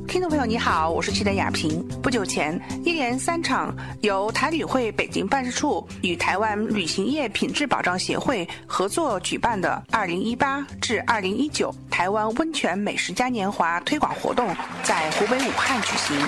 听众朋友你好，我是记者雅萍。不久前，一连3场由台旅会北京办事处与台湾旅行业品质保障协会合作举办的2018至2019台湾温泉美食嘉年华推广活动在湖北武汉举行。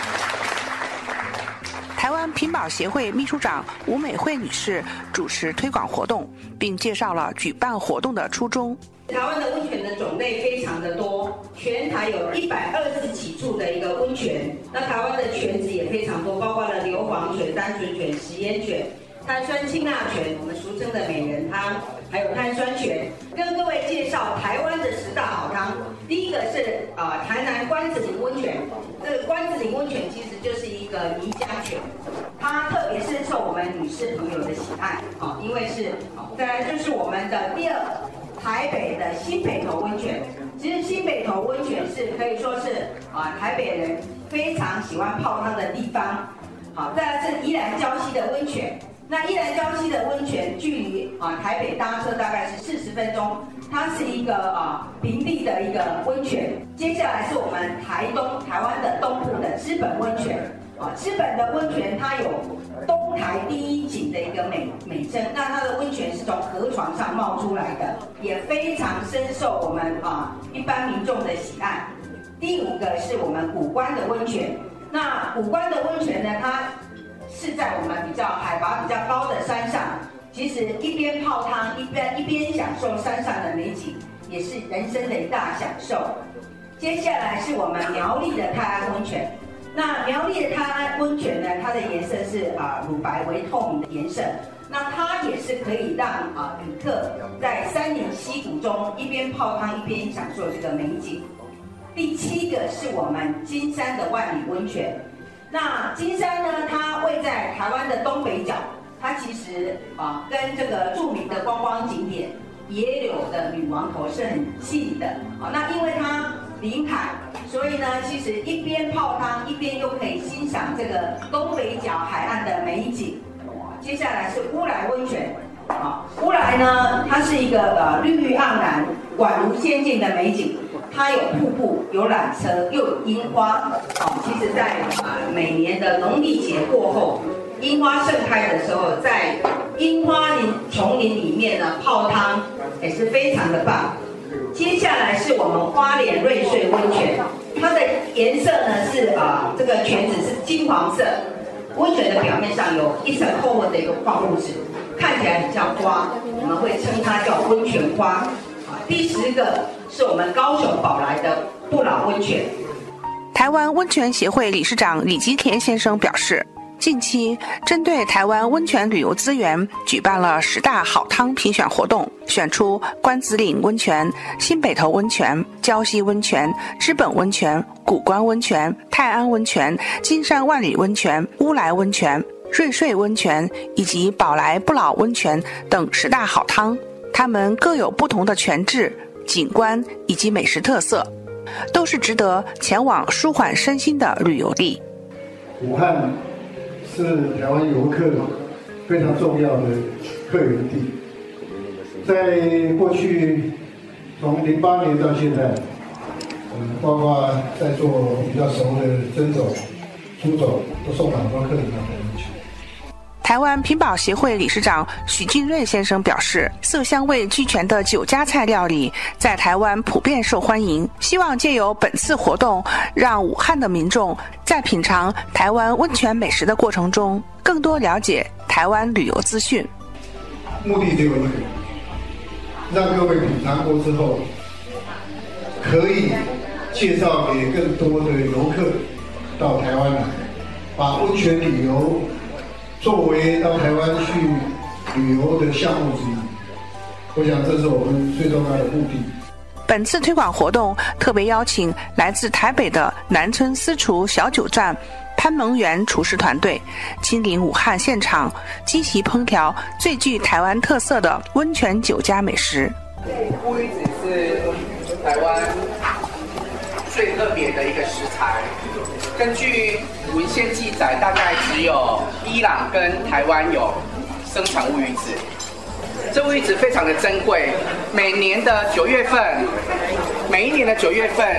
台湾品保协会秘书长吴美惠女士主持推广活动，并介绍了举办活动的初衷。 台湾的温泉的种类非常的多，全台有120几处的一个温泉。那台湾的泉质也非常多，包括了硫磺泉、单纯泉、食盐泉、碳酸氢钠泉，我们俗称的美人汤，还有碳酸泉。跟各位介绍台湾的10大好汤。第一个是台南关子岭温泉。这个关子岭温泉其实就是一个宜家泉，它特别深受我们女士朋友的喜爱因为是再来就是我们的第二。台北的新北投温泉，其实新北投温泉是可以说是台北人非常喜欢泡汤的地方。好，再来是宜兰礁溪的温泉。那宜兰礁溪的温泉距离台北搭车大概是40分钟，它是一个平地的一个温泉。接下来是我们台湾的东部的知本温泉。知本的温泉它有东台第一景的一个美称，那它的温泉是从河床上冒出来的，也非常深受我们一般民众的喜爱。第5个是我们古关的温泉。那古关的温泉呢，它是在我们海拔比较高的山上，其实一边泡汤一边享受山上的美景，也是人生的一大享受。接下来是我们苗栗的泰安温泉。那苗栗的泰安温泉呢，它的颜色是乳白为透明的颜色。那它也是可以让旅客在山林溪谷中一边泡汤一边享受这个美景。第7个是我们金山的万里温泉。那金山呢，它位在台湾的东北角，它其实跟这个著名的观光景点野柳的女王头是很近的。那因为它临海，所以呢，其实一边泡汤一边又可以欣赏这个东北角海岸的美景。接下来是乌来温泉。乌来呢，它是一个绿盎然、宛如仙境的美景。它有瀑布，有缆车，又有樱花。其实在每年的农历节过后，樱花盛开的时候，在樱花丛林里面呢泡汤也是非常的棒。接下来是我们花莲瑞穗温泉，它的颜色呢是这个泉质是金黄色，温泉的表面上有一层厚厚的一个矿物质，看起来很像花，我们会称它叫温泉花。第10个是我们高雄宝来的不老温泉。 台湾温泉协会理事长李基田先生表示，近期针对台湾温泉旅游资源举办了10大好汤评选活动，选出关子岭温泉、新北投温泉、礁溪温泉、知本温泉、古关温泉、泰安温泉、金山万里温泉、乌来温泉、瑞穗温泉以及宝来不老温泉等10大好汤。它们各有不同的泉质、景观以及美食特色，都是值得前往舒缓身心的旅游地。 武汉是台湾游客非常重要的客源地，在过去从08年到现在，包括在座比较熟的曾总、朱总，都送了很多客人到台湾去。 台湾品保协会理事长许俊瑞先生表示，色香味俱全的酒家菜料理在台湾普遍受欢迎，希望借由本次活动，让武汉的民众在品尝台湾温泉美食的过程中，更多了解台湾旅游资讯。 目的只有一个，让各位品尝过之后，可以介绍给更多的游客到台湾来，把温泉旅游作为到台湾去旅游的项目之一，我想这是我们最重要的目的。 本次推广活动特别邀请来自台北的南村私厨小酒站潘蒙元厨师团队，亲临武汉现场，积极烹调最具台湾特色的温泉酒家美食。 乌鱼子是台湾最特别的一个食材，根据文献记载，大概只有伊朗跟台湾有生产乌鱼子。这乌鱼子非常的珍贵，每一年的9月份，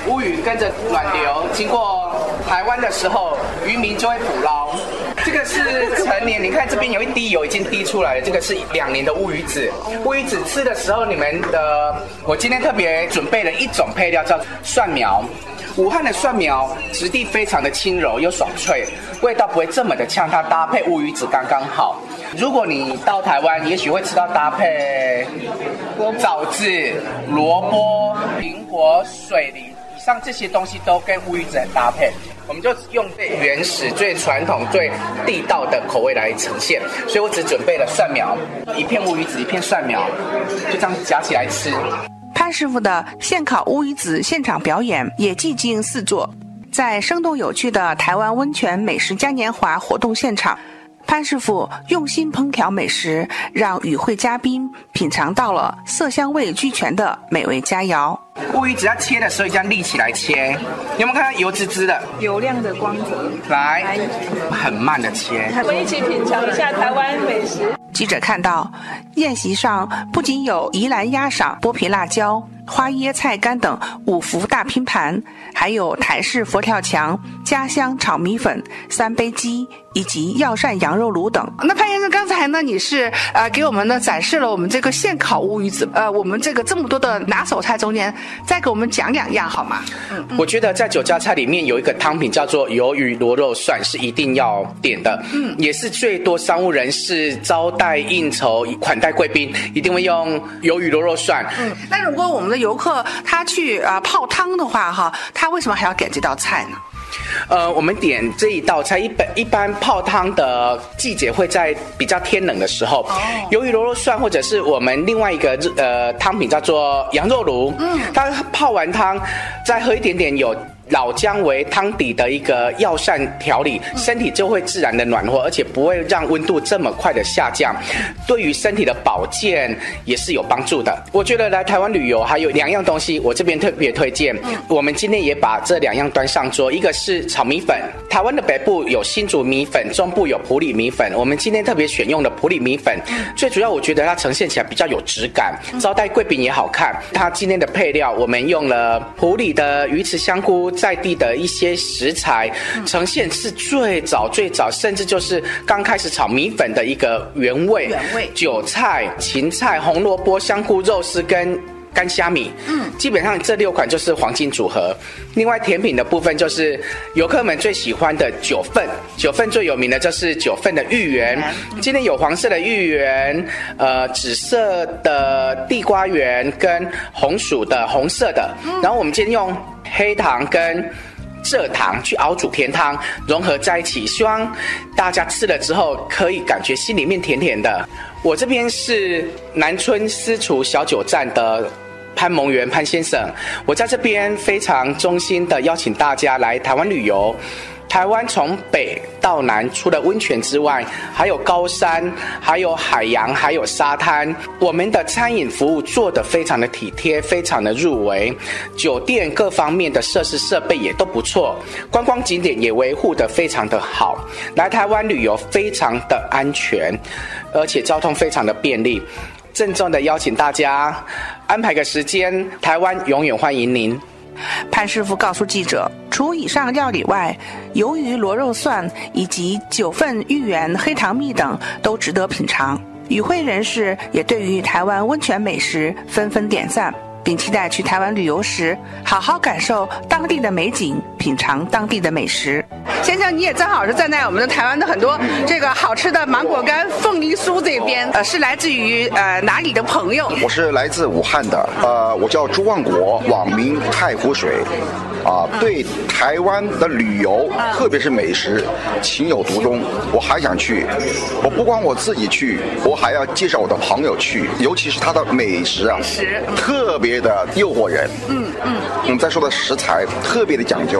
乌鱼跟着暖流经过台湾的时候，渔民就会捕捞。这个是成年，你看这边有一滴油已经滴出来了，这个是2年的乌鱼子。乌鱼子吃的时候，我今天特别准备了一种配料叫蒜苗。武汉的蒜苗质地非常的轻柔又爽脆，味道不会这么的呛，它搭配乌鱼子刚刚好。如果你到台湾，也许会吃到搭配枣子、萝卜、苹果、水梨，以上这些东西都跟乌鱼子很搭配。我们就用最原始、最传统、最地道的口味来呈现，所以我只准备了蒜苗，一片乌鱼子，一片蒜苗，就这样夹起来吃。 潘师傅的现烤乌鱼子现场表演也技惊四座，在生动有趣的台湾温泉美食嘉年华活动现场，潘师傅用心烹调美食，让与会嘉宾品尝到了色香味俱全的美味佳肴。 乌鱼子要切的时候，这样立起来切，有没有看到油滋滋的？ 油亮的光泽。 来，很慢的切。 我们一起品尝一下台湾美食。 记者看到，宴席上不仅有宜兰鸭赏、剥皮辣椒、花椰菜干等5福大拼盘，还有台式佛跳墙、家乡炒米粉、3杯鸡以及药膳羊肉炉等。那潘先生，刚才呢，你是给我们呢展示了我们这个现烤乌鱼子，我们这个这么多的拿手菜中间，再给我们讲2样好吗？ 我觉得在酒家菜里面有一个汤品叫做鱿鱼螺肉蒜，是一定要点的。也是最多商务人士招待应酬、款待贵宾一定会用鱿鱼螺肉蒜。 那如果我们的游客他去泡汤的话，哈，他为什么还要点这道菜呢？ 我们点这一道菜，一般泡汤的季节会在比较天冷的时候，鱿鱼螺肉蒜或者是我们另外一个汤品叫做羊肉炉，它泡完汤再喝一点点有老姜为汤底的一个药膳调理，身体就会自然的暖和，而且不会让温度这么快的下降，对于身体的保健也是有帮助的。我觉得来台湾旅游还有2样东西，我这边特别推荐。我们今天也把这2样端上桌，一个是炒米粉，台湾的北部有新竹米粉，中部有埔里米粉，我们今天特别选用了埔里米粉，最主要我觉得它呈现起来比较有质感，招待贵宾也好看。它今天的配料我们用了埔里的鱼池香菇，在地的一些食材，呈现是最早，甚至就是刚开始炒米粉的一个原味。韭菜、芹菜、红萝卜、香菇、肉丝跟干虾米，基本上这6款就是黄金组合。另外甜品的部分就是游客们最喜欢的九份最有名的就是9份的芋圆。今天有黄色的芋圆，紫色的地瓜圆跟红薯的红色的。然后我们今天用黑糖跟蔗糖去熬煮甜汤，融合在一起，希望大家吃了之后可以感觉心里面甜甜的。我这边是南村私厨小酒站的潘蒙元潘先生，我在这边非常衷心的邀请大家来台湾旅游。台湾从北到南，除了温泉之外，还有高山，还有海洋，还有沙滩。我们的餐饮服务做得非常的体贴，非常的入围，酒店各方面的设施设备也都不错，观光景点也维护得非常的好。来台湾旅游非常的安全，而且交通非常的便利。郑重的邀请大家安排个时间，台湾永远欢迎您。 潘师傅告诉记者，除以上料理外，鱿鱼螺肉蒜以及9份芋圆、黑糖蜜等都值得品尝。与会人士也对于台湾温泉美食纷纷点赞，并期待去台湾旅游时好好感受当地的美景，品尝当地的美食。先生，你也正好是站在我们的台湾的很多这个好吃的芒果干、凤梨酥这边，是来自于哪里的朋友？ 我是来自武汉的，我叫朱万国，网名太湖水。对台湾的旅游，特别是美食，情有独钟。我还想去，我不光我自己去，我还要介绍我的朋友去，尤其是它的美食特别的诱惑人。我们在说的食材特别的讲究，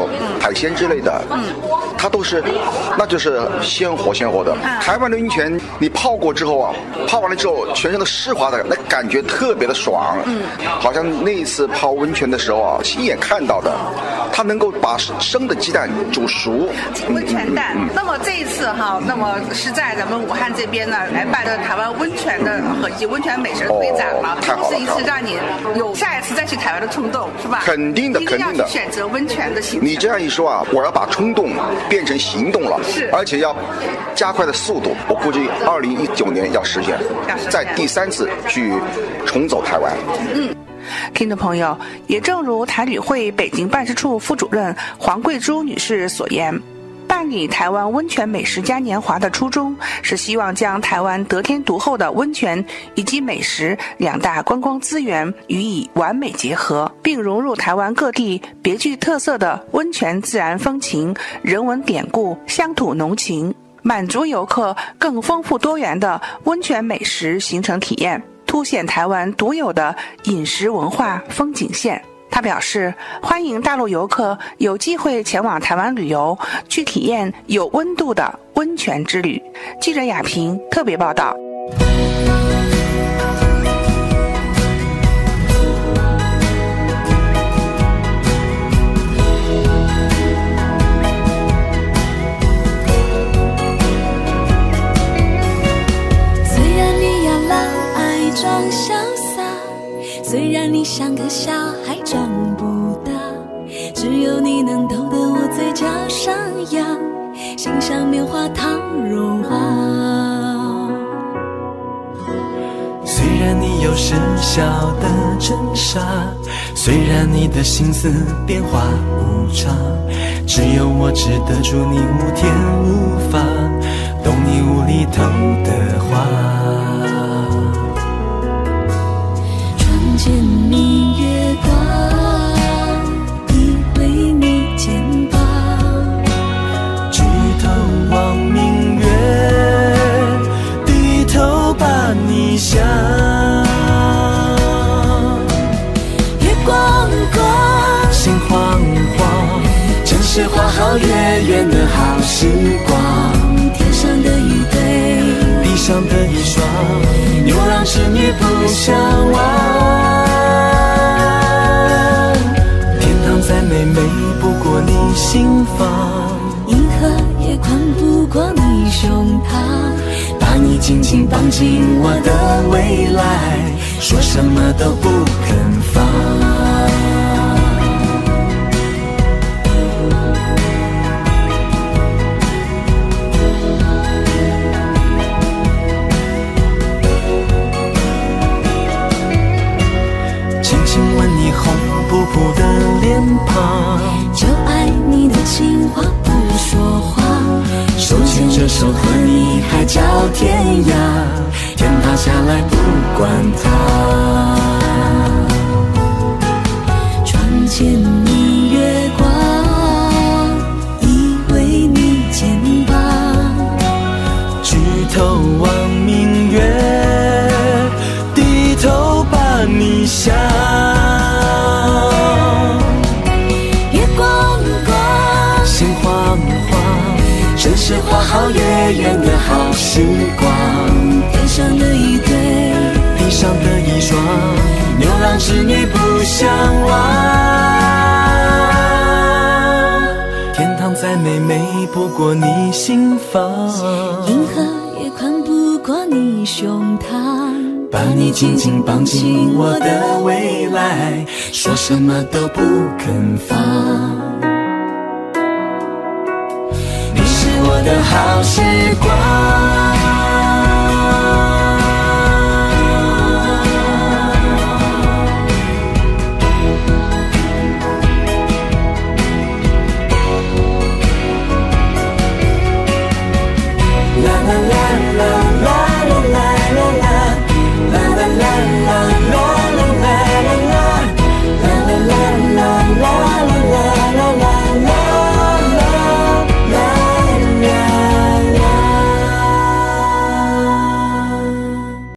海鲜之类的，它都是，那就是鲜活的。台湾的温泉，你泡过之后啊，泡完了之后全身都湿滑的，那感觉特别的爽。好像那一次泡温泉的时候啊，亲眼看到的，它能够把生的鸡蛋煮熟。 温泉蛋。那么这一次哈，那么是在咱们武汉这边呢来办的台湾温泉的以及温泉美食推展了， 太好了， 是一次让你有下一次再去台湾的冲动，是吧？ 肯定的， 一定要去选择温泉的行程。 你这样一说啊，我要把冲动变成行动了，而且要加快的速度。我估计2019年要实现，在第3次去重走台湾。 听众朋友，也正如台旅会北京办事处副主任黄桂珠女士所言，办理台湾温泉美食嘉年华的初衷是希望将台湾得天独厚的温泉以及美食两大观光资源予以完美结合，并融入台湾各地别具特色的温泉自然风情、人文典故、乡土浓情，满足游客更丰富多元的温泉美食行程体验，凸显台湾独有的饮食文化风景线。他表示，欢迎大陆游客有机会前往台湾旅游，去体验有温度的温泉之旅。记者雅萍特别报道。 虽然你要老爱装潇洒，虽然你像个小孩长不大，只有你能逗得我嘴角上扬，心像棉花糖融化。 虽然你有时小的真傻，虽然你的心思变化无常，只有我只得住你无天无法，懂你无厘头的话。 窗前明月光，依偎你肩膀， 举头望明月，低头把你想。 月光光， 心慌慌，真是花好月圆的好时光。 天上的一对， 地上的一双，牛郎织女不相忘。天堂再美，美不过你心房， 银河也宽不过你胸膛， 把你紧紧绑进我的未来，说什么都不肯放。红扑扑的脸庞， 就爱你的情话不说谎， 手牵着手和你海角天涯，天塌下来不管它。 窗前明月光，依偎你肩膀， 举头望明月，低头把你想。真是花好月圆的好时光， 天上的一对， 地上的一双，牛郎织女不相忘。天堂再美，美不过你心房， 银河也宽不过你胸膛， 把你紧紧绑进我的未来，说什么都不肯放。我的好时光。